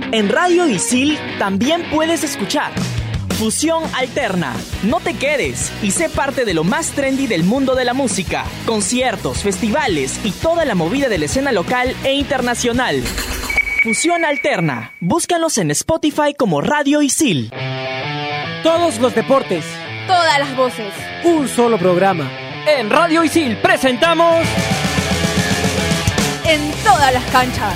En Radio Isil también puedes escuchar Fusión Alterna. No te quedes y sé parte de lo más trendy del mundo de la música. Conciertos, festivales y toda la movida de la escena local e internacional. Fusión Alterna. Búscanos en Spotify como Radio Isil. Todos los deportes. Todas las voces. Un solo programa. En Radio Isil presentamos... En todas las canchas.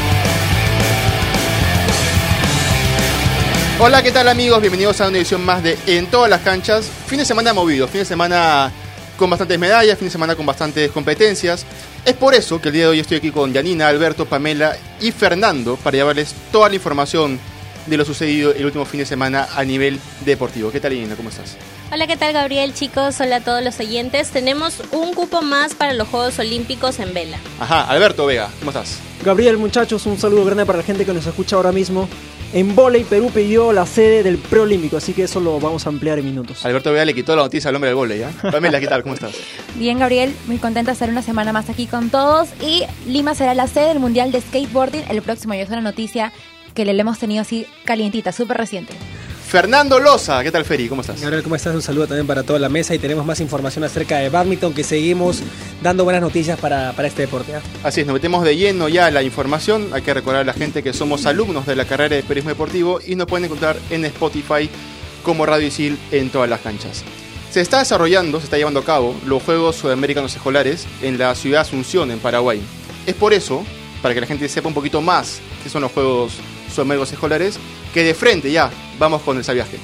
Hola, ¿qué tal amigos? Bienvenidos a una edición más de En todas las canchas. Fin de semana movido, fin de semana con bastantes medallas, fin de semana con bastantes competencias. Es por eso que el día de hoy estoy aquí con Yanina, Alberto, Pamela y Fernando para llevarles toda la información de lo sucedido el último fin de semana a nivel deportivo. ¿Qué tal, Yanina? ¿Cómo estás? Hola, ¿qué tal, Gabriel? Chicos, hola a todos los oyentes. Tenemos un cupo más para los Juegos Olímpicos en vela. Ajá, Alberto Vega, ¿cómo estás? Gabriel, muchachos, un saludo grande para la gente que nos escucha ahora mismo. En vóley, Perú pidió la sede del preolímpico, así que eso lo vamos a ampliar en minutos. Alberto Vega le quitó la noticia al hombre del vóley, ¿ya? Pamela, ¿qué tal? ¿Cómo estás? Bien, Gabriel, muy contenta de estar una semana más aquí con todos. Y Lima será la sede del Mundial de Skateboarding el próximo año. Es una noticia que le hemos tenido así calientita, súper reciente. Fernando Loza, ¿qué tal, Feri? ¿Cómo estás? Gabriel, ¿cómo estás? Un saludo también para toda la mesa y tenemos más información acerca de bádminton, que seguimos dando buenas noticias para este deporte, ¿eh? Así es, nos metemos de lleno ya a la información. Hay que recordar a la gente que somos alumnos de la carrera de Periodismo Deportivo y nos pueden encontrar en Spotify como Radio Isil en todas las canchas. Se está llevando a cabo los Juegos Sudamericanos Escolares en la ciudad de Asunción, en Paraguay. Es por eso, para que la gente sepa un poquito más qué son los Juegos Sudamericanos Escolares, que de frente ya vamos con el Sabiaje.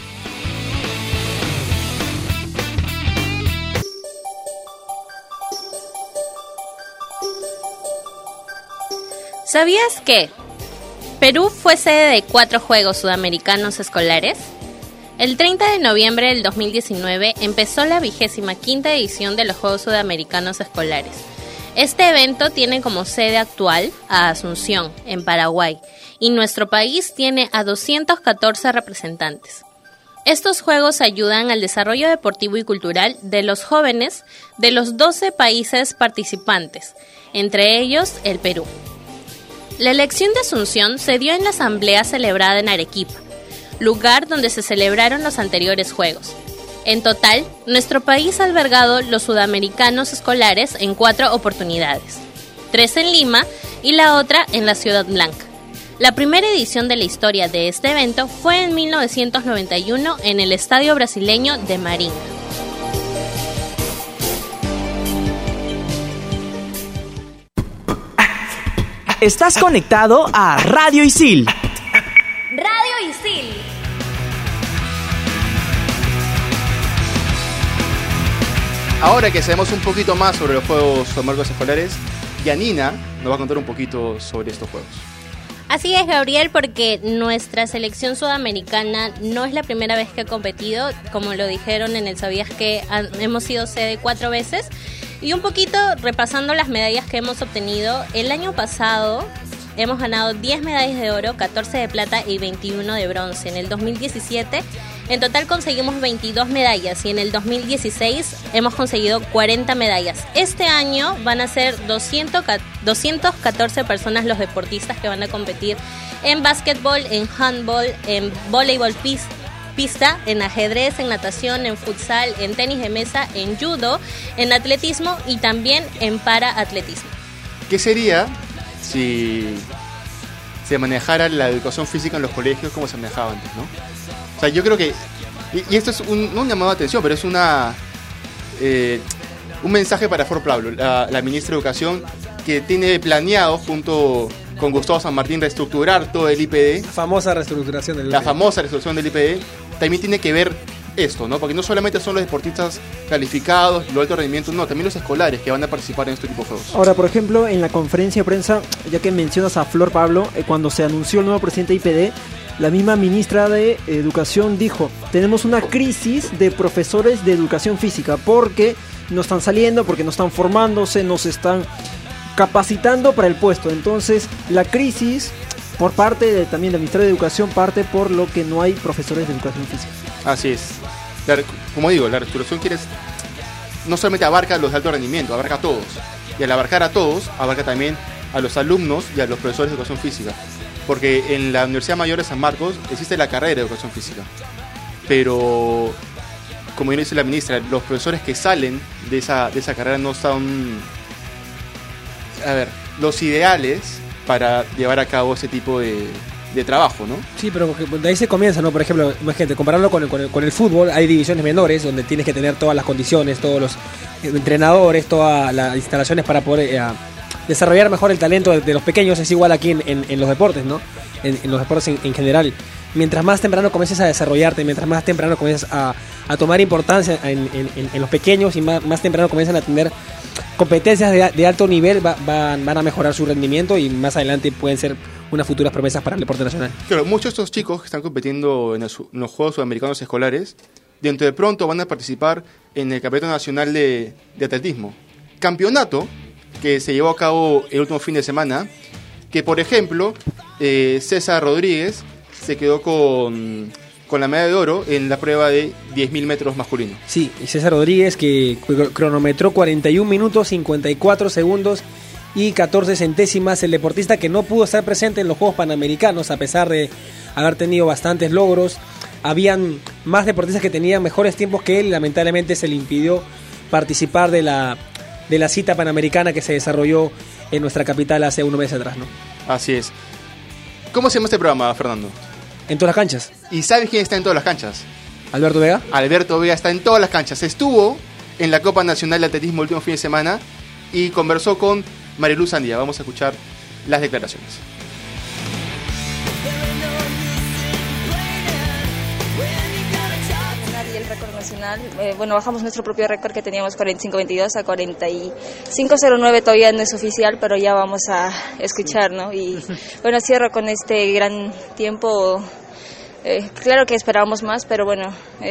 ¿Sabías que Perú fue sede de 4 Juegos Sudamericanos Escolares? El 30 de noviembre del 2019 empezó la 25ª edición de los Juegos Sudamericanos Escolares. Este evento tiene como sede actual a Asunción, en Paraguay, y nuestro país tiene a 214 representantes. Estos juegos ayudan al desarrollo deportivo y cultural de los jóvenes de los 12 países participantes, entre ellos el Perú. La elección de Asunción se dio en la asamblea celebrada en Arequipa, lugar donde se celebraron los anteriores juegos. En total, nuestro país ha albergado los sudamericanos escolares en 4 oportunidades, 3 en Lima y la otra en la Ciudad Blanca. La primera edición de la historia de este evento fue en 1991 en el Estadio Brasileño de Maringa. Estás conectado a Radio Isil. Radio Isil. Ahora que sabemos un poquito más sobre los Juegos Sudamericanos Escolares, Yanina nos va a contar un poquito sobre estos Juegos. Así es, Gabriel, porque nuestra selección sudamericana no es la primera vez que ha competido. Como lo dijeron en el Sabías que hemos sido sede 4 veces. Y un poquito repasando las medallas que hemos obtenido, el año pasado hemos ganado 10 medallas de oro, 14 de plata y 21 de bronce. En el 2017, en total conseguimos 22 medallas y en el 2016 hemos conseguido 40 medallas. Este año van a ser 214 personas los deportistas que van a competir en básquetbol, en handball, en voleibol pista, en ajedrez, en natación, en futsal, en tenis de mesa, en judo, en atletismo y también en paraatletismo. ¿Qué sería si se manejara la educación física en los colegios como se manejaba antes, ¿no? O sea, yo creo que, y esto es no un llamado de atención, pero es un mensaje para Flor Pablo, la ministra de Educación, que tiene planeado junto con Gustavo San Martín reestructurar todo el IPD. La famosa reestructuración del IPD también tiene que ver esto, ¿no? Porque no solamente son los deportistas calificados, los alto rendimiento, no, también los escolares que van a participar en este tipo de juegos. Ahora, por ejemplo, en la conferencia de prensa, ya que mencionas a Flor Pablo, cuando se anunció el nuevo presidente de IPD, la misma ministra de Educación dijo: tenemos una crisis de profesores de educación física porque no están saliendo, porque no están formándose, no se están capacitando para el puesto. Entonces, la crisis por parte también del Ministerio de Educación parte por lo que no hay profesores de educación física. Así es. Como digo, la reestructuración no solamente abarca los de alto rendimiento, abarca a todos. Y al abarcar a todos, abarca también a los alumnos y a los profesores de educación física. Porque en la Universidad Mayor de San Marcos existe la carrera de Educación Física. Pero, como bien dice la ministra, los profesores que salen de esa carrera no son, los ideales para llevar a cabo ese tipo de trabajo, ¿no? Sí, pero de ahí se comienza, ¿no? Por ejemplo, imagínate, compararlo con el fútbol, hay divisiones menores donde tienes que tener todas las condiciones, todos los entrenadores, todas las instalaciones para poder desarrollar mejor el talento de los pequeños. Es igual aquí en los deportes, ¿no? En los deportes en general. Mientras más temprano comiences a desarrollarte, mientras más temprano comienzas a tomar importancia en los pequeños y más temprano comienzan a tener competencias de alto nivel, van a mejorar su rendimiento y más adelante pueden ser unas futuras promesas para el deporte nacional. Claro, muchos de estos chicos que están compitiendo en los Juegos Sudamericanos Escolares, dentro de pronto van a participar en el Campeonato Nacional de Atletismo. Campeonato que se llevó a cabo el último fin de semana, que por ejemplo, César Rodríguez se quedó con la medalla de oro en la prueba de 10.000 metros masculino. Sí, y César Rodríguez que cronometró 41 minutos, 54 segundos y 14 centésimas, el deportista que no pudo estar presente en los Juegos Panamericanos a pesar de haber tenido bastantes logros. Habían más deportistas que tenían mejores tiempos que él y lamentablemente se le impidió participar de la cita panamericana que se desarrolló en nuestra capital hace unos meses atrás, ¿no? Así es. ¿Cómo se llama este programa, Fernando? En todas las canchas. ¿Y sabes quién está en todas las canchas? ¿Alberto Vega? Alberto Vega está en todas las canchas. Estuvo en la Copa Nacional de Atletismo el último fin de semana y conversó con Mariluz Andía. Vamos a escuchar las declaraciones. Y el récord nacional, bajamos nuestro propio récord que teníamos 45.22 a 45.09, todavía no es oficial, pero ya vamos a escuchar, ¿no? Y bueno, cierro con este gran tiempo. Claro que esperábamos más, pero bueno,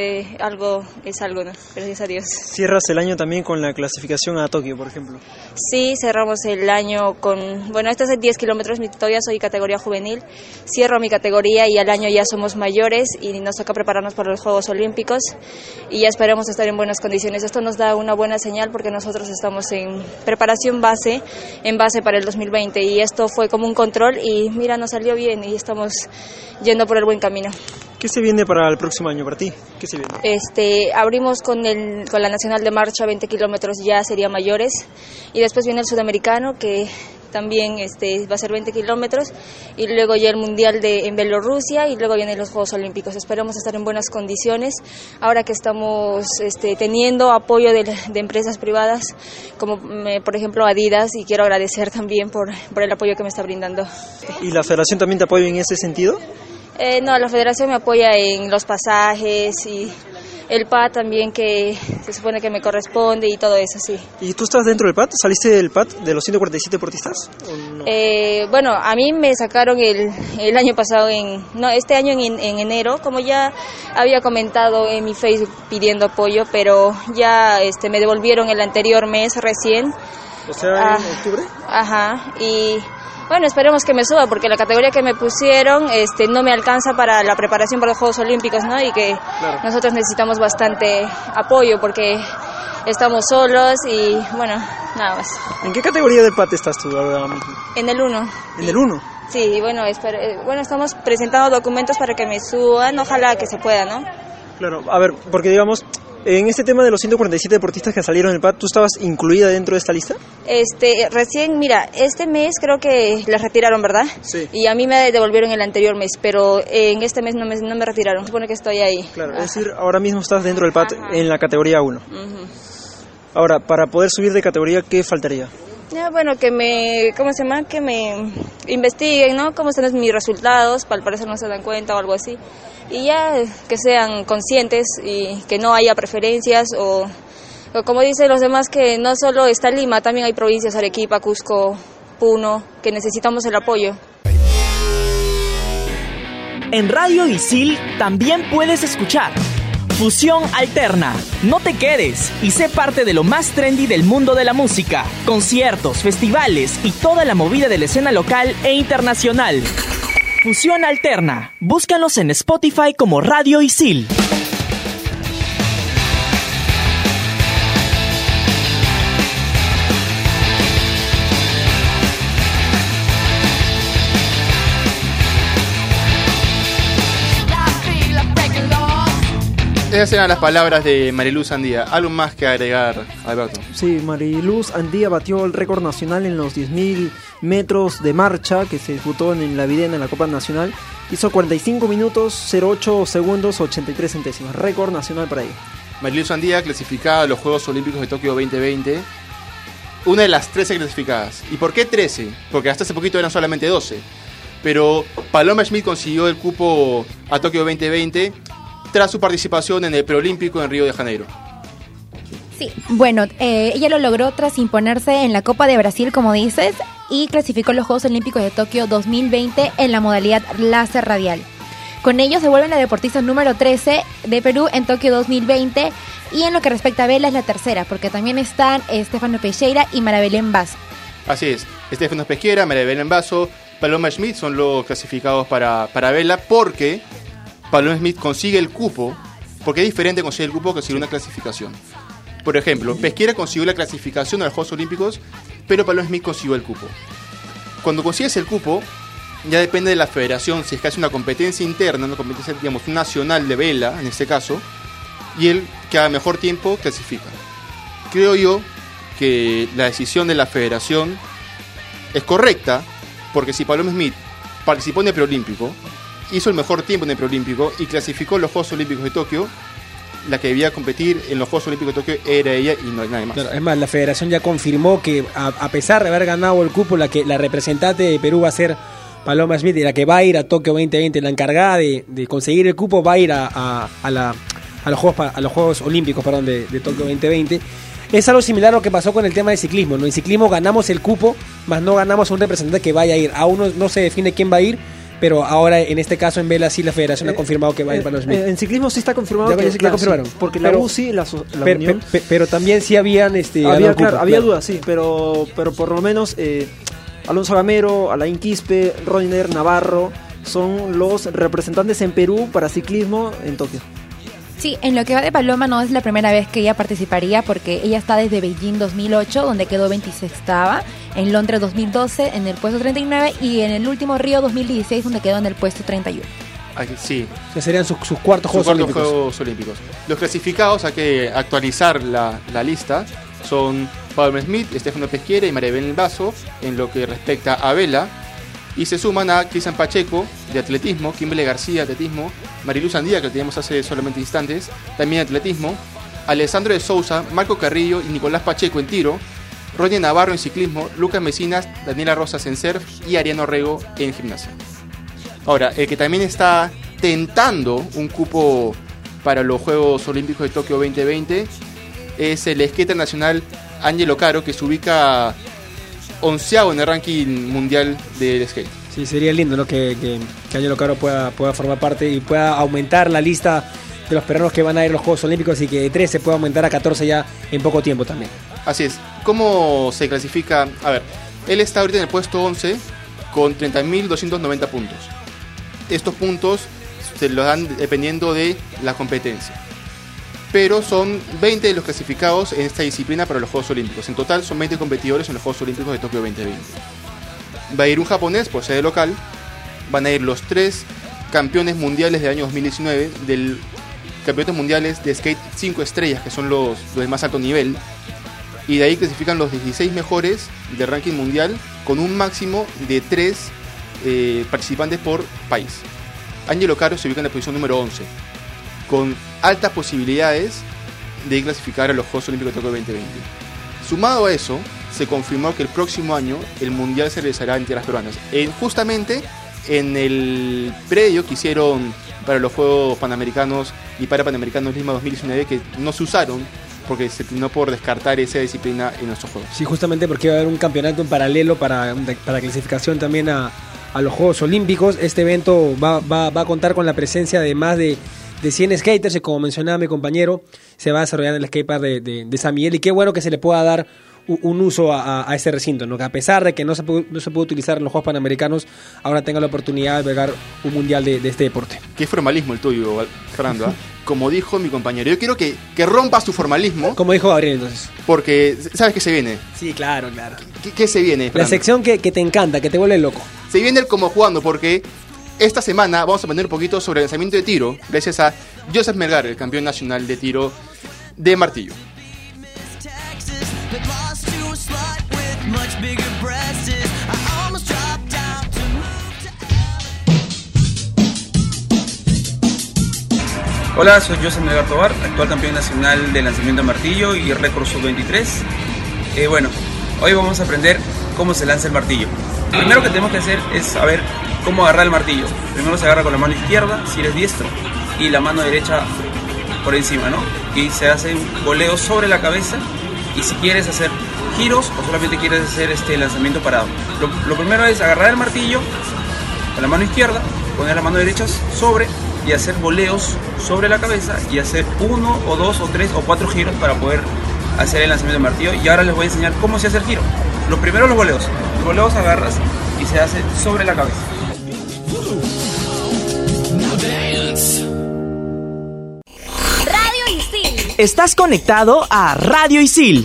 algo es algo, ¿no? Gracias a Dios. ¿Cierras el año también con la clasificación a Tokio, por ejemplo? Sí, cerramos el año con... Bueno, este es de 10 kilómetros, todavía soy categoría juvenil. Cierro mi categoría y al año ya somos mayores y nos toca prepararnos para los Juegos Olímpicos y ya esperemos estar en buenas condiciones. Esto nos da una buena señal porque nosotros estamos en preparación base para el 2020 y esto fue como un control y mira, nos salió bien y estamos yendo por el buen camino. ¿Qué se viene para el próximo año para ti? ¿Qué se viene? Abrimos con la Nacional de Marcha 20 kilómetros, ya sería mayores, y después viene el Sudamericano que también va a ser 20 kilómetros, y luego ya el Mundial en Bielorrusia, y luego vienen los Juegos Olímpicos. Esperemos estar en buenas condiciones, ahora que estamos teniendo apoyo de empresas privadas, como por ejemplo Adidas, y quiero agradecer también por el apoyo que me está brindando. ¿Y la federación también te apoya en ese sentido? No, la federación me apoya en los pasajes y el PAD también, que se supone que me corresponde y todo eso, sí. ¿Y tú estás dentro del PAD? ¿Saliste del PAD de los 147 deportistas? ¿O no? Bueno, a mí me sacaron el año pasado, este año en enero, como ya había comentado en mi Facebook pidiendo apoyo, pero ya me devolvieron el anterior mes recién. O sea, en octubre. Ajá, y... Bueno, esperemos que me suba porque la categoría que me pusieron no me alcanza para la preparación para los Juegos Olímpicos, ¿no? Y que nosotros necesitamos bastante apoyo porque estamos solos y bueno, nada más. ¿En qué categoría del PAT estás tú ahora mismo? En el 1. ¿En el 1? Sí, bueno, estamos presentando documentos para que me suban, ojalá que se pueda, ¿no? Claro, a ver, porque digamos... En este tema de los 147 deportistas que salieron del PAD, ¿tú estabas incluida dentro de esta lista? Recién, mira, este mes creo que las retiraron, ¿verdad? Sí. Y a mí me devolvieron el anterior mes, pero en este mes no me retiraron, supone que estoy ahí. Claro, es decir, ahora mismo estás dentro del PAD en la categoría 1. Ahora, para poder subir de categoría, ¿qué faltaría? Bueno, que me investiguen, ¿no? Cómo están mis resultados, al parecer no se dan cuenta o algo así. Y ya que sean conscientes y que no haya preferencias o como dicen los demás, que no solo está Lima, también hay provincias, Arequipa, Cusco, Puno, que necesitamos el apoyo. En Radio Isil también puedes escuchar Fusión Alterna. No te quedes y sé parte de lo más trendy del mundo de la música, conciertos, festivales y toda la movida de la escena local e internacional. Fusión Alterna. Búscanos en Spotify como Radio Isil. Esas eran las palabras de Mariluz Andía. ¿Algo más que agregar, Alberto? Sí, Mariluz Andía batió el récord nacional en los 10.000 metros de marcha que se disputó en la Videna, en la Copa Nacional. Hizo 45 minutos, 08 segundos, 83 centésimas. Récord nacional para ella. Mariluz Andía, clasificada a los Juegos Olímpicos de Tokio 2020. Una de las 13 clasificadas. ¿Y por qué 13? Porque hasta hace poquito eran solamente 12. Pero Paloma Schmidt consiguió el cupo a Tokio 2020 tras su participación en el preolímpico en Río de Janeiro. Sí, bueno, ella lo logró tras imponerse en la Copa de Brasil, como dices, y clasificó los Juegos Olímpicos de Tokio 2020 en la modalidad láser radial. Con ello se vuelve la deportista número 13 de Perú en Tokio 2020, y en lo que respecta a vela es la tercera, porque también están Stefano Pecheira y Mara Belén Basso. Así es, Stefano Pesquera, Mara Belén Basso, Paloma Schmidt son los clasificados para vela, porque Paloma Schmidt consigue el cupo, porque es diferente conseguir el cupo que conseguir una clasificación. Por ejemplo, Pesquera consiguió la clasificación a los Juegos Olímpicos, pero Paloma Schmidt consiguió el cupo. Cuando consigues el cupo, ya depende de la federación, si es que hace una competencia interna, una competencia, digamos, nacional de vela, en este caso, y el que haga mejor tiempo clasifica. Creo yo que la decisión de la federación es correcta, porque si Paloma Schmidt participó en el preolímpico, hizo el mejor tiempo en el preolímpico y clasificó los Juegos Olímpicos de Tokio, la que debía competir en los Juegos Olímpicos de Tokio era ella y no hay nadie más. Claro, es más, la federación ya confirmó que a pesar de haber ganado el cupo, la representante de Perú va a ser Paloma Schmidt, y la que va a ir a Tokio 2020, la encargada de conseguir el cupo, va a ir a los Juegos Olímpicos de Tokio 2020. Es algo similar a lo que pasó con el tema del ciclismo, ¿no? En ciclismo ganamos el cupo, más no ganamos a un representante que vaya a ir. Aún no se define quién va a ir, pero ahora en este caso en vela sí la federación ha confirmado que va a ir Paloma Schmidt. En ciclismo sí está confirmado ya que confirmaron. Porque la UCI, la Unión... pero también sí habían... había dudas, sí, pero por lo menos Alonso Gamero, Alain Quispe, Roiner Navarro son los representantes en Perú para ciclismo en Tokio. Sí, en lo que va de Paloma no es la primera vez que ella participaría, porque ella está desde Beijing 2008, donde quedó 26ª, en Londres 2012 en el puesto 39 y en el último Río 2016 donde quedó en el puesto 31. Aquí, sí. O sea, serían sus cuartos Juegos Olímpicos. Los clasificados, hay que actualizar la lista, son Paloma Schmidt, Stefano Pesquera y Mara Belén Basso en lo que respecta a vela. Y se suman a Cristian Pacheco de atletismo, Kimberly García de atletismo, Mariluz Andía, que lo teníamos hace solamente instantes, también de atletismo, Alessandro de Sousa, Marco Carrillo y Nicolás Pacheco en tiro, Roger Navarro en ciclismo, Lucas Mecinas, Daniela Rosas en surf y Ariano Rego en gimnasia. Ahora, el que también está tentando un cupo para los Juegos Olímpicos de Tokio 2020 es el esqueta nacional Ángelo Caro, que se ubica 11º en el ranking mundial del skate. Sí, sería lindo, ¿no? que Ángelo Caro pueda formar parte y pueda aumentar la lista de los peruanos que van a ir a los Juegos Olímpicos, y que de 13 pueda aumentar a 14 ya en poco tiempo también. Así es. ¿Cómo se clasifica? A ver, él está ahorita en el puesto 11 con 30.290 puntos. Estos puntos se los dan dependiendo de la competencia. Pero son 20 de los clasificados en esta disciplina para los Juegos Olímpicos. En total son 20 competidores en los Juegos Olímpicos de Tokio 2020. Va a ir un japonés por sede local. Van a ir los 3 campeones mundiales del año 2019 del campeonatos mundiales de skate 5 estrellas, que son los de más alto nivel. Y de ahí clasifican los 16 mejores del ranking mundial, con un máximo de 3 participantes por país. Ángelo Caro se ubica en la posición número 11, con altas posibilidades de clasificar a los Juegos Olímpicos de Tokio 2020. Sumado a eso, se confirmó que el próximo año el mundial se realizará en tierras peruanas, justamente en el predio que hicieron para los Juegos Panamericanos y para Panamericanos Lima 2019, que no se usaron porque se terminó por descartar esa disciplina en nuestros Juegos. Sí, justamente porque va a haber un campeonato en paralelo para clasificación también a los Juegos Olímpicos. Este evento va a contar con la presencia de más de 100 skaters, y como mencionaba mi compañero, se va a desarrollar en el skatepark de San Miguel, y qué bueno que se le pueda dar un uso a este recinto, ¿no? Que a pesar de que no se puede utilizar en los Juegos Panamericanos, ahora tenga la oportunidad de albergar un mundial de este deporte. Qué formalismo el tuyo, Fernando, ¿eh? Como dijo mi compañero, yo quiero que rompas tu formalismo. Como dijo Gabriel, entonces. Porque sabes que se viene. Sí, claro. ¿Qué se viene, Fernando? La sección que te encanta, que te vuelve loco. Se viene el como jugando, porque esta semana vamos a aprender un poquito sobre el lanzamiento de tiro, gracias a Joseph Melgar, el campeón nacional de tiro de martillo. Hola, soy Joseph Melgar Tobar, actual campeón nacional de lanzamiento de martillo y récord sub-23. Bueno, hoy vamos a aprender cómo se lanza el martillo. Lo primero que tenemos que hacer es saber cómo agarrar el martillo. Primero se agarra con la mano izquierda, si eres diestro, y la mano derecha por encima, ¿no? Y se hacen voleos sobre la cabeza, y si quieres hacer giros o solamente quieres hacer lanzamiento parado. Lo primero es agarrar el martillo con la mano izquierda, poner la mano derecha sobre y hacer voleos sobre la cabeza y hacer 1 o 2 o 3 o 4 giros para poder hacer el lanzamiento de martillo. Y ahora les voy a enseñar cómo se hace el giro. Lo primero, los voleos. Los voleos agarras y se hace sobre la cabeza. Radio Isil. Estás conectado a Radio Isil.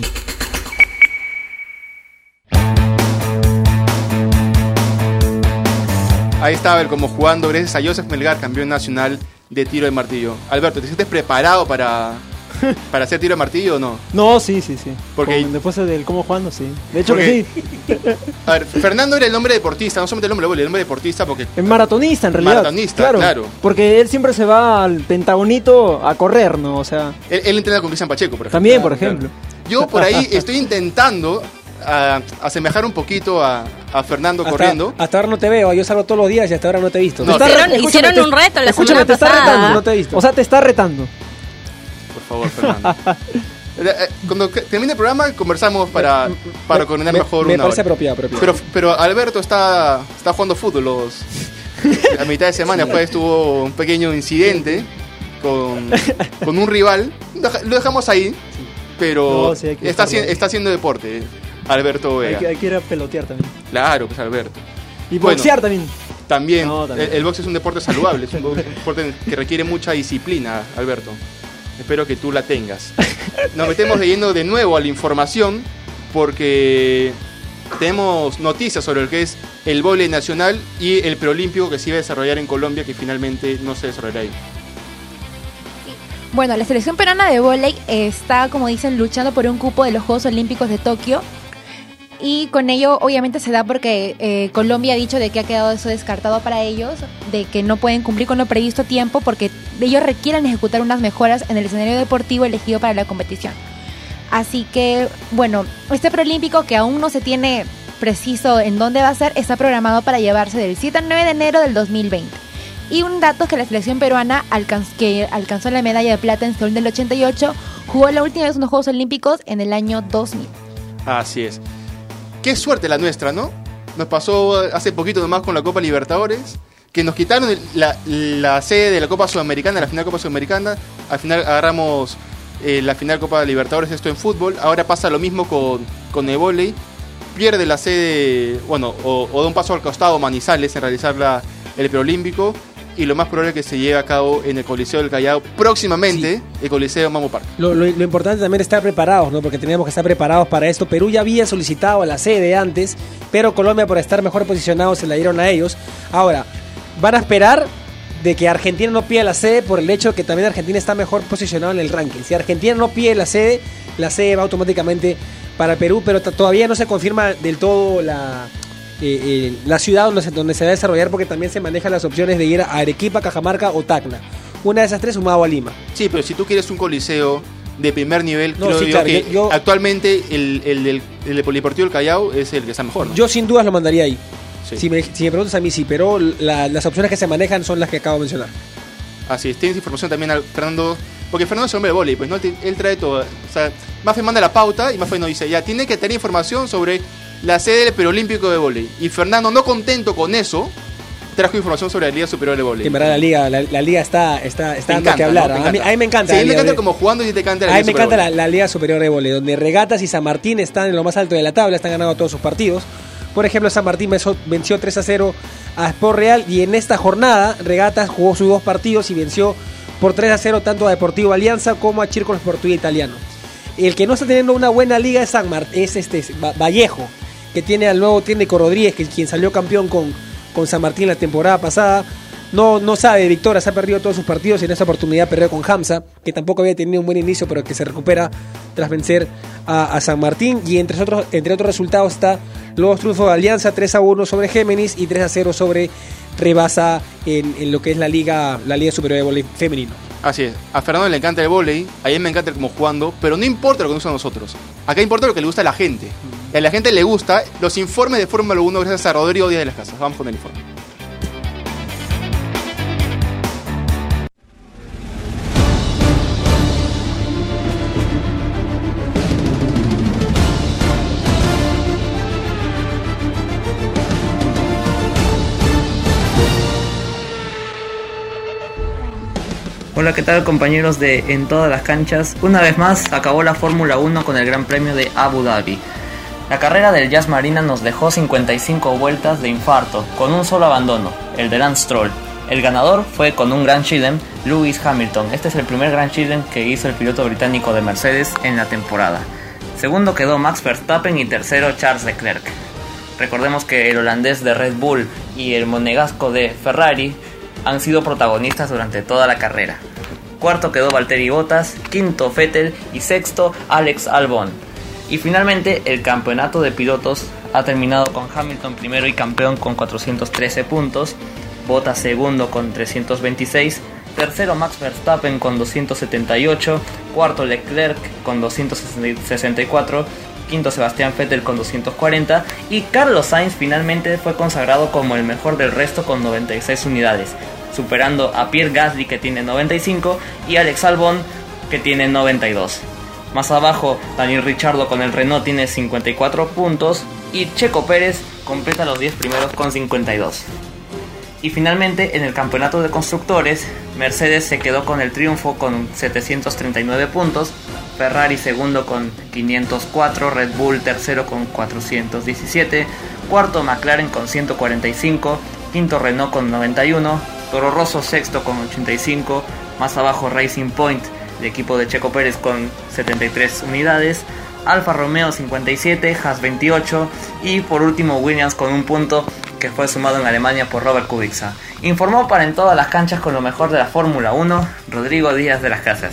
Ahí estaba él como jugando gracias a Joseph Melgar, campeón nacional de tiro de martillo. Alberto, ¿te sientes preparado para hacer tiro de martillo o no? No, sí. Porque después del cómo jugando, sí. De hecho porque, que sí. A ver, Fernando era el nombre deportista, no solamente el nombre de vóley, el nombre deportista porque... Es maratonista, en realidad. Maratonista, claro. Porque él siempre se va al Pentagonito a correr, ¿no? O sea... Él entrena con Cristian Pacheco, por ejemplo. También, por ejemplo. Claro. Yo por ahí estoy intentando asemejar un poquito a Fernando corriendo. Hasta ahora no te veo, yo salgo todos los días y hasta ahora no te he visto. No, hicieron un reto la semana te está pasada. retando, no te he visto. O sea, te está retando. Por favor, Fernando. Cuando termine el programa conversamos para coordinar mejor me una parece hora. apropiado. Pero Alberto está jugando fútbol a mitad de semana. Después tuvo un pequeño incidente con un rival. Lo dejamos ahí, pero No, sí, está haciendo deporte, Alberto Vega. Hay que ir a pelotear también. Claro, pues Alberto. Y boxear también. También. No, también. El box es un deporte saludable, es un deporte que requiere mucha disciplina, Alberto. Espero que tú la tengas. Nos metemos de lleno de nuevo a la información porque tenemos noticias sobre lo que es el vóley nacional y el preolímpico que se iba a desarrollar en Colombia, que finalmente no se desarrollará ahí. Bueno, la selección peruana de vóley está, como dicen, luchando por un cupo de los Juegos Olímpicos de Tokio. Y con ello obviamente se da porque Colombia ha dicho de que ha quedado eso descartado para ellos, de que no pueden cumplir con lo previsto a tiempo porque ellos requieren ejecutar unas mejoras en el escenario deportivo elegido para la competición. Así que, bueno, este preolímpico que aún no se tiene preciso en dónde va a ser, está programado para llevarse del 7 al 9 de enero del 2020. Y un dato es que la selección peruana que alcanzó la medalla de plata en Seúl del 88, jugó la última vez unos Juegos Olímpicos en el año 2000. Así es. Qué suerte la nuestra, ¿no? Nos pasó hace poquito nomás con la Copa Libertadores, que nos quitaron la sede de la Copa Sudamericana, la final Copa Sudamericana. Al final agarramos la final Copa Libertadores, esto en fútbol. Ahora pasa lo mismo con el vóley. Pierde la sede, bueno, o da un paso al costado Manizales en realizar el preolímpico. Y lo más probable es que se lleve a cabo en el Coliseo del Callao próximamente, sí. El Coliseo Mambo Park. Lo importante también es estar preparados, ¿no? Porque teníamos que estar preparados para esto. Perú ya había solicitado la sede antes, pero Colombia, por estar mejor posicionado, se la dieron a ellos. Ahora, van a esperar de que Argentina no pida la sede por el hecho de que también Argentina está mejor posicionado en el ranking. Si Argentina no pide la sede va automáticamente para Perú, pero todavía no se confirma del todo la ciudad donde se va a desarrollar, porque también se manejan las opciones de ir a Arequipa, Cajamarca o Tacna. Una de esas tres sumado a Lima. Sí, pero si tú quieres un coliseo de primer nivel, no, creo sí, claro, que yo actualmente el Polideportivo del Callao es el que está mejor, ¿no? Yo sin dudas lo mandaría ahí. Sí. Si me preguntas a mí, sí, pero las opciones que se manejan son las que acabo de mencionar. Así es, tienes información también, Fernando, porque Fernando es hombre de vóley, pues no, él trae todo. O sea, Mafe manda la pauta y Mafe nos dice, ya, tiene que tener información sobre la sede del preolímpico de vóley. Y Fernando, no contento con eso, trajo información sobre la Liga Superior de Vóley. En verdad la liga está dando que hablar. ¿No? A mí me encanta. Sí, a mí me encanta como jugando y te encanta la Liga. A mí me encanta la Liga Superior de Vóley, donde Regatas y San Martín están en lo más alto de la tabla, están ganando todos sus partidos. Por ejemplo, San Martín venció 3-0 a Sport Real, y en esta jornada Regatas jugó sus 2 partidos y venció por 3-0 tanto a Deportivo Alianza como a Círculo Sportivo Italiano. El que no está teniendo una buena liga es Vallejo, que tiene al nuevo técnico Rodríguez, quien salió campeón con San Martín la temporada pasada. no sabe de victorias, ha perdido todos sus partidos y en esta oportunidad perdió con Hamza, que tampoco había tenido un buen inicio, pero que se recupera tras vencer a San Martín. Y entre otros resultados está los triunfos de Alianza, 3-1 sobre Géminis y 3-0 sobre Rebasa en lo que es la Liga Superior de Voleibol Femenino. Así es, a Fernando le encanta el vóley, a él me encanta el cómo jugando, pero no importa lo que nos gusta a nosotros. Acá importa lo que le gusta a la gente. Y a la gente le gusta los informes de Fórmula 1 gracias a Rodrigo Díaz de las Casas. Vamos con el informe. Hola, ¿qué tal compañeros de En Todas las Canchas? Una vez más acabó la Fórmula 1 con el Gran Premio de Abu Dhabi. La carrera del Jazz Marina nos dejó 55 vueltas de infarto, con un solo abandono, el de Lance Stroll. El ganador fue con un Grand Slam, Lewis Hamilton. Este es el primer Grand Slam que hizo el piloto británico de Mercedes en la temporada. Segundo quedó Max Verstappen y tercero Charles Leclerc. Recordemos que el holandés de Red Bull y el monegasco de Ferrari han sido protagonistas durante toda la carrera. Cuarto quedó Valtteri Bottas, quinto Vettel y sexto Alex Albon. Y finalmente el campeonato de pilotos ha terminado con Hamilton primero y campeón con 413 puntos, Bottas segundo con 326, tercero Max Verstappen con 278, cuarto Leclerc con 264, quinto Sebastián Vettel con 240 y Carlos Sainz finalmente fue consagrado como el mejor del resto con 96 unidades, superando a Pierre Gasly que tiene 95 y Alex Albon que tiene 92. Más abajo Daniel Ricciardo con el Renault tiene 54 puntos y Checo Pérez completa los 10 primeros con 52. Y finalmente en el campeonato de constructores, Mercedes se quedó con el triunfo con 739 puntos, Ferrari segundo con 504, Red Bull tercero con 417, cuarto McLaren con 145, quinto Renault con 91, Toro Rosso sexto con 85, más abajo Racing Point, el equipo de Checo Pérez con 73 unidades, Alfa Romeo 57, Haas 28 y por último Williams con un punto que fue sumado en Alemania por Robert Kubica. Informó para En Todas las Canchas con lo mejor de la Fórmula 1, Rodrigo Díaz de las Casas.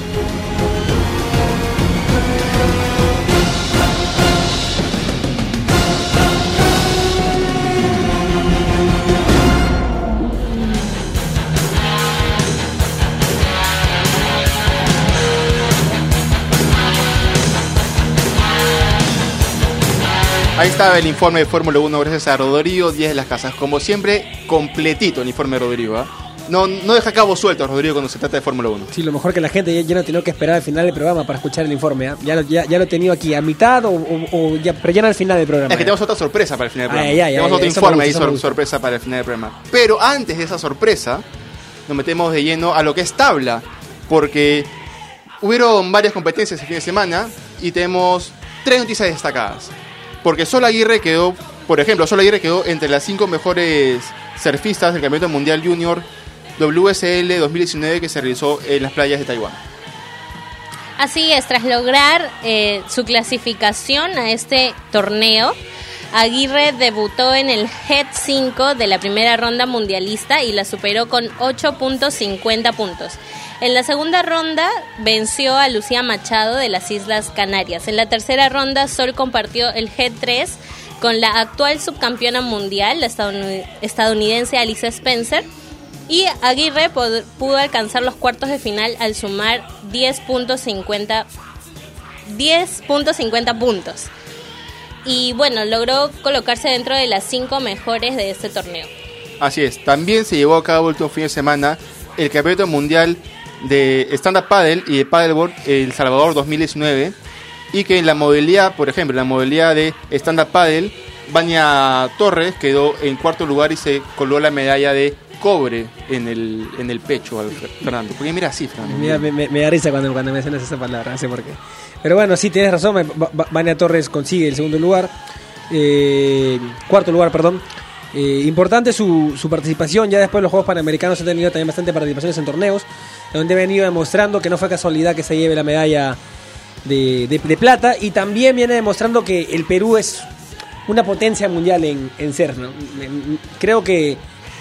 Ahí estaba el informe de Fórmula 1 gracias a Rodrigo Díaz de las Casas. Como siempre, completito el informe de Rodrigo, ¿eh? No deja cabos sueltos, Rodrigo, cuando se trata de Fórmula 1. Sí, lo mejor que la gente ya no tiene que esperar al final del programa para escuchar el informe, ¿eh? Ya lo he tenido aquí a mitad pero ya no al final del programa. Es que tenemos otra sorpresa para el final del programa. Tenemos otro informe ahí, sorpresa para el final del programa. Pero antes de esa sorpresa, nos metemos de lleno a lo que es tabla, porque hubieron varias competencias el fin de semana y tenemos 3 noticias destacadas. Porque Sol Aguirre quedó entre las 5 mejores surfistas del Campeonato Mundial Junior WSL 2019 que se realizó en las playas de Taiwán. Así es, tras lograr su clasificación a este torneo, Aguirre debutó en el Head 5 de la primera ronda mundialista y la superó con 8.50 puntos. En la segunda ronda venció a Lucía Machado de las Islas Canarias. En la tercera ronda Sol compartió el Head 3 con la actual subcampeona mundial, la estadounidense Alice Spencer, y Aguirre pudo alcanzar los cuartos de final al sumar 10.50 puntos. Y bueno, logró colocarse dentro de las 5 mejores de este torneo. Así es, también se llevó a cabo el último fin de semana el Campeonato Mundial de Stand-Up Paddle y de Paddleboard El Salvador 2019, y que en la modalidad, por ejemplo, en la modalidad de Stand-Up Paddle, Vania Torres quedó en cuarto lugar y se colgó la medalla de cobre en el pecho al Fernando. Porque mira así, Fernando. Me da risa cuando mencionas esa palabra, no sé por qué. Pero bueno, sí, tienes razón, Vania Torres consigue el segundo lugar, cuarto lugar, perdón. Importante su participación. Ya después los Juegos Panamericanos han tenido también bastante participaciones en torneos, donde ha venido demostrando que no fue casualidad que se lleve la medalla de plata, y también viene demostrando que el Perú es una potencia mundial en surf, ¿no? Creo que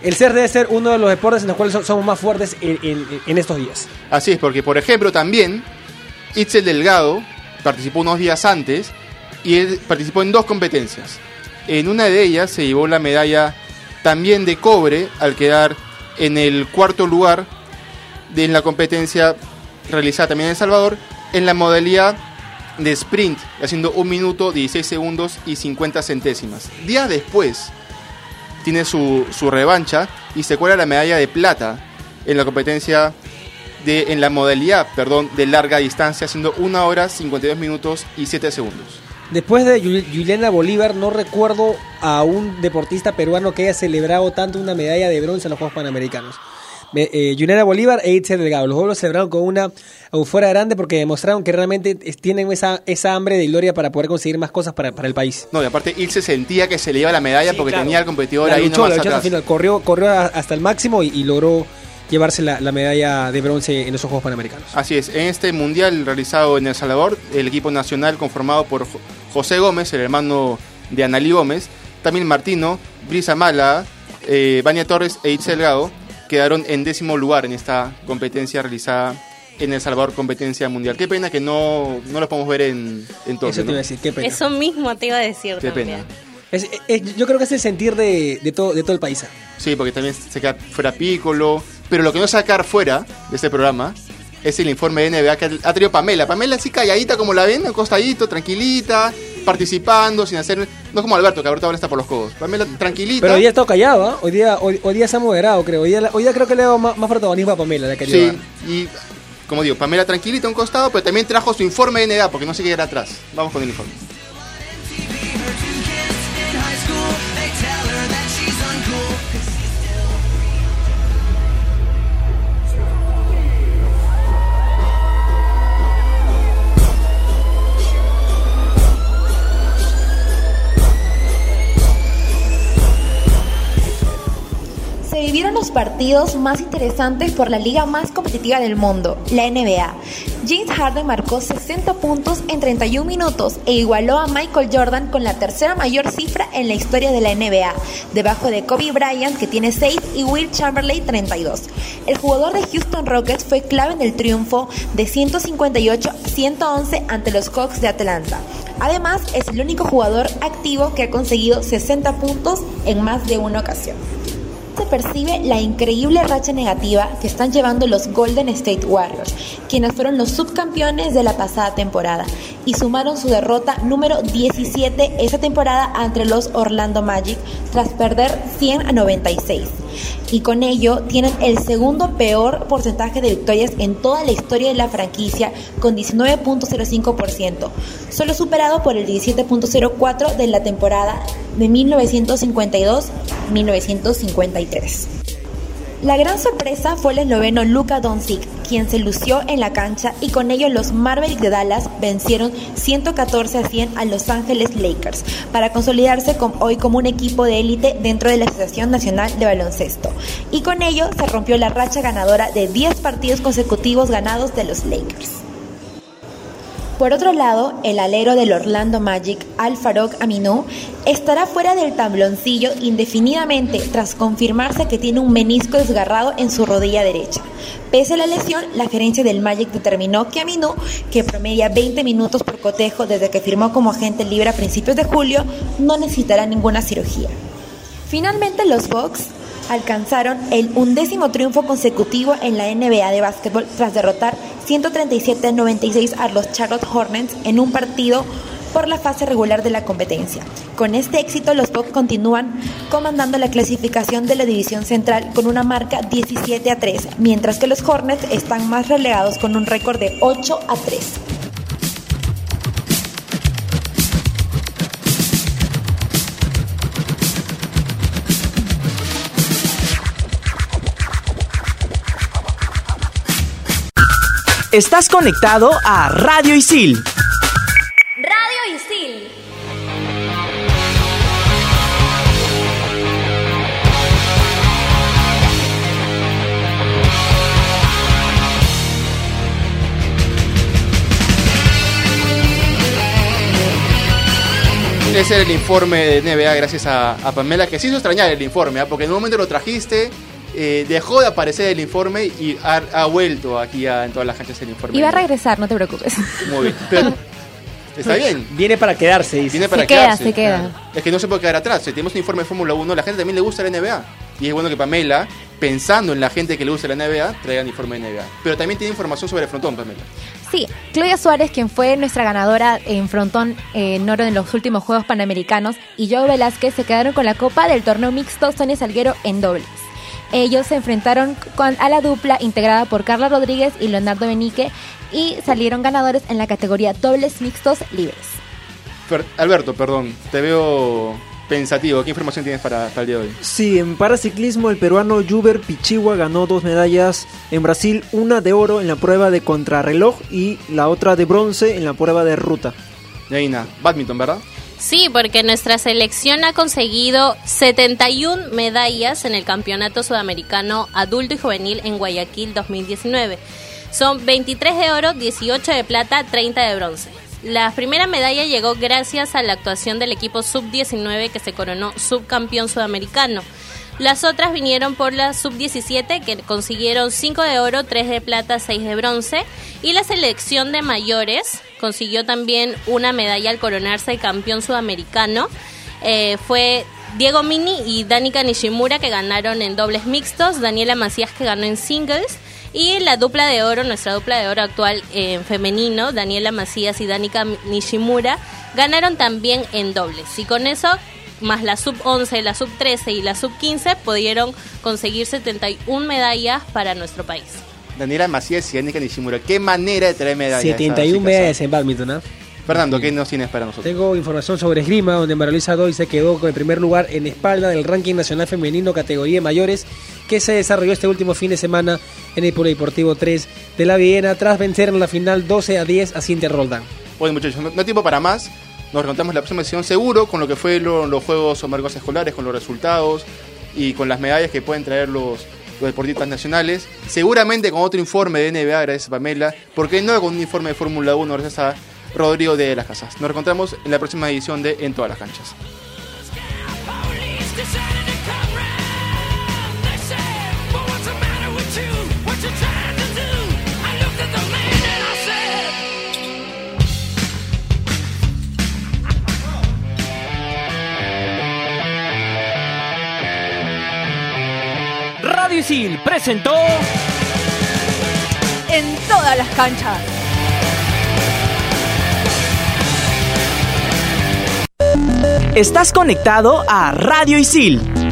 el CER debe ser uno de los deportes en los cuales somos más fuertes en estos días. Así es, porque por ejemplo también Itzel Delgado participó unos días antes y él participó en 2 competencias. En una de ellas se llevó la medalla también de cobre al quedar en el 4º lugar en la competencia realizada también en El Salvador en la modalidad de sprint, haciendo 1 minuto, 16 segundos y 50 centésimas. Días después tiene su revancha y se cuelga la medalla de plata en la competencia en la modalidad de larga distancia, haciendo 1 hora, 52 minutos y 7 segundos. Después de Juliana Bolívar, no recuerdo a un deportista peruano que haya celebrado tanto una medalla de bronce en los Juegos Panamericanos. Juliana Bolívar e Itzel Delgado. Los dos lo celebraron con una euforia grande porque demostraron que realmente tienen esa hambre de gloria para poder conseguir más cosas para el país. No, y aparte Itzel sentía que se le iba la medalla porque tenía al competidor la ahí luchó, nomás atrás. Al final, corrió hasta el máximo y logró llevarse la medalla de bronce en esos Juegos Panamericanos. Así es, en este mundial realizado en El Salvador, el equipo nacional conformado por José Gómez, el hermano de Analí Gómez, también Martino, Brisa Mala, Vania Torres e Itzel Delgado quedaron en 10º lugar en esta competencia realizada en El Salvador, competencia mundial. Qué pena que no lo podemos ver en Tokio. Eso te iba a decir, qué pena. Eso mismo te iba a decir qué también. Pena. Yo creo que es el sentir de todo el país. Sí, porque también se queda fuera Piccolo. Pero lo que no sacar fuera de este programa es el informe de NBA que ha traído Pamela. Pamela así calladita como la ven, acostadito, tranquilita, participando, sin hacer... No es como Alberto, que Alberto ahora está por los codos. Pamela tranquilita. Pero hoy día ha estado callado, ¿eh? Hoy día se ha moderado, creo. Hoy día creo que le ha dado más protagonismo a Pamela. Sí, y como digo, Pamela tranquilita a un costado, pero también trajo su informe de NBA, porque no se quedará atrás. Vamos con el informe. Se vivieron los partidos más interesantes por la liga más competitiva del mundo, la NBA. James Harden marcó 60 puntos en 31 minutos e igualó a Michael Jordan con la tercera mayor cifra en la historia de la NBA, debajo de Kobe Bryant, que tiene 6, y Will Chamberlain, 32. El jugador de Houston Rockets fue clave en el triunfo de 158-111 ante los Hawks de Atlanta. Además, es el único jugador activo que ha conseguido 60 puntos en más de una ocasión. Se percibe la increíble racha negativa que están llevando los Golden State Warriors, quienes fueron los subcampeones de la pasada temporada y sumaron su derrota número 17 esa temporada ante los Orlando Magic tras perder 100-96. Y con ello tienen el segundo peor porcentaje de victorias en toda la historia de la franquicia, con 19.05%, solo superado por el 17.04% de la temporada de 1952-1953. La gran sorpresa fue el esloveno Luka Doncic, quien se lució en la cancha, y con ello los Mavericks de Dallas vencieron 114-100 a Los Ángeles Lakers para consolidarse hoy como un equipo de élite dentro de la Asociación Nacional de Baloncesto, y con ello se rompió la racha ganadora de 10 partidos consecutivos ganados de los Lakers. Por otro lado, el alero del Orlando Magic, Al-Farouq Aminu, estará fuera del tabloncillo indefinidamente tras confirmarse que tiene un menisco desgarrado en su rodilla derecha. Pese a la lesión, la gerencia del Magic determinó que Aminu, que promedia 20 minutos por cotejo desde que firmó como agente libre a principios de julio, no necesitará ninguna cirugía. Finalmente, los Bucks alcanzaron el 11º triunfo consecutivo en la NBA de básquetbol tras derrotar 137-96 a los Charlotte Hornets en un partido por la fase regular de la competencia. Con este éxito, los Bucks continúan comandando la clasificación de la división central con una marca 17-3, mientras que los Hornets están más relegados con un récord de 8-3. Estás conectado a Radio Isil. Radio Isil. Ese era el informe de NBA gracias a Pamela, que se hizo extrañar el informe, porque en un momento lo trajiste, dejó de aparecer el informe y ha vuelto aquí en todas las canchas el informe. Y va a regresar, no te preocupes. Muy bien. Pero, está bien. Viene para quedarse, dice. Viene para se quedarse. queda. Claro. Es que no se puede quedar atrás. Si tenemos un informe de Fórmula 1, la gente también le gusta la NBA. Y es bueno que Pamela, pensando en la gente que le gusta la NBA, traiga el informe de NBA. Pero también tiene información sobre el frontón, Pamela. Sí, Claudia Suárez, quien fue nuestra ganadora en frontón en oro en los últimos Juegos Panamericanos, y Joe Velázquez se quedaron con la copa del torneo mixto Sonia Salguero en dobles. Ellos se enfrentaron a la dupla integrada por Carla Rodríguez y Leonardo Benique y salieron ganadores en la categoría dobles mixtos libres. Alberto, perdón, te veo pensativo. ¿Qué información tienes para el día de hoy? Sí, en paraciclismo el peruano Yuber Pichigua ganó 2 medallas en Brasil, una de oro en la prueba de contrarreloj y la otra de bronce en la prueba de ruta. Yaina, badminton, ¿verdad? Sí, porque nuestra selección ha conseguido 71 medallas en el Campeonato Sudamericano Adulto y Juvenil en Guayaquil 2019. Son 23 de oro, 18 de plata, 30 de bronce. La primera medalla llegó gracias a la actuación del equipo sub-19 que se coronó subcampeón sudamericano. Las otras vinieron por la sub-17 que consiguieron 5 de oro, 3 de plata, 6 de bronce. Y la selección de mayores consiguió también una medalla al coronarse campeón sudamericano. Fue Diego Mini y Danica Nishimura que ganaron en dobles mixtos, Daniela Macías que ganó en singles. Y la dupla de oro, nuestra dupla de oro actual en femenino, Daniela Macías y Danica Nishimura, ganaron también en dobles. Y con eso, más la sub-11, la sub-13 y la sub-15, pudieron conseguir 71 medallas para nuestro país. Daniela Macías y Danica Nishimura, qué manera de traer medallas. 71 medallas en badminton, ¿no? Fernando, ¿qué nos tienes para nosotros? Tengo información sobre esgrima, donde María Luisa Doy se quedó con el primer lugar en espalda del ranking nacional femenino categoría de mayores que se desarrolló este último fin de semana en el Polideportivo 3 de La Viena tras vencer en la final 12-10 a Cintia Roldán. Bueno, muchachos, no hay tiempo para más. Nos reencontramos la próxima sesión seguro con lo que fue los Juegos Sudamericos Escolares, con los resultados y con las medallas que pueden traer los deportistas nacionales. Seguramente con otro informe de NBA, gracias a Pamela. ¿Por qué no con un informe de Fórmula 1, gracias a Rodrigo de las Casas? Nos reencontramos en la próxima edición de En Todas las Canchas. Radio Isil presentó En Todas las Canchas. Estás conectado a Radio Isil.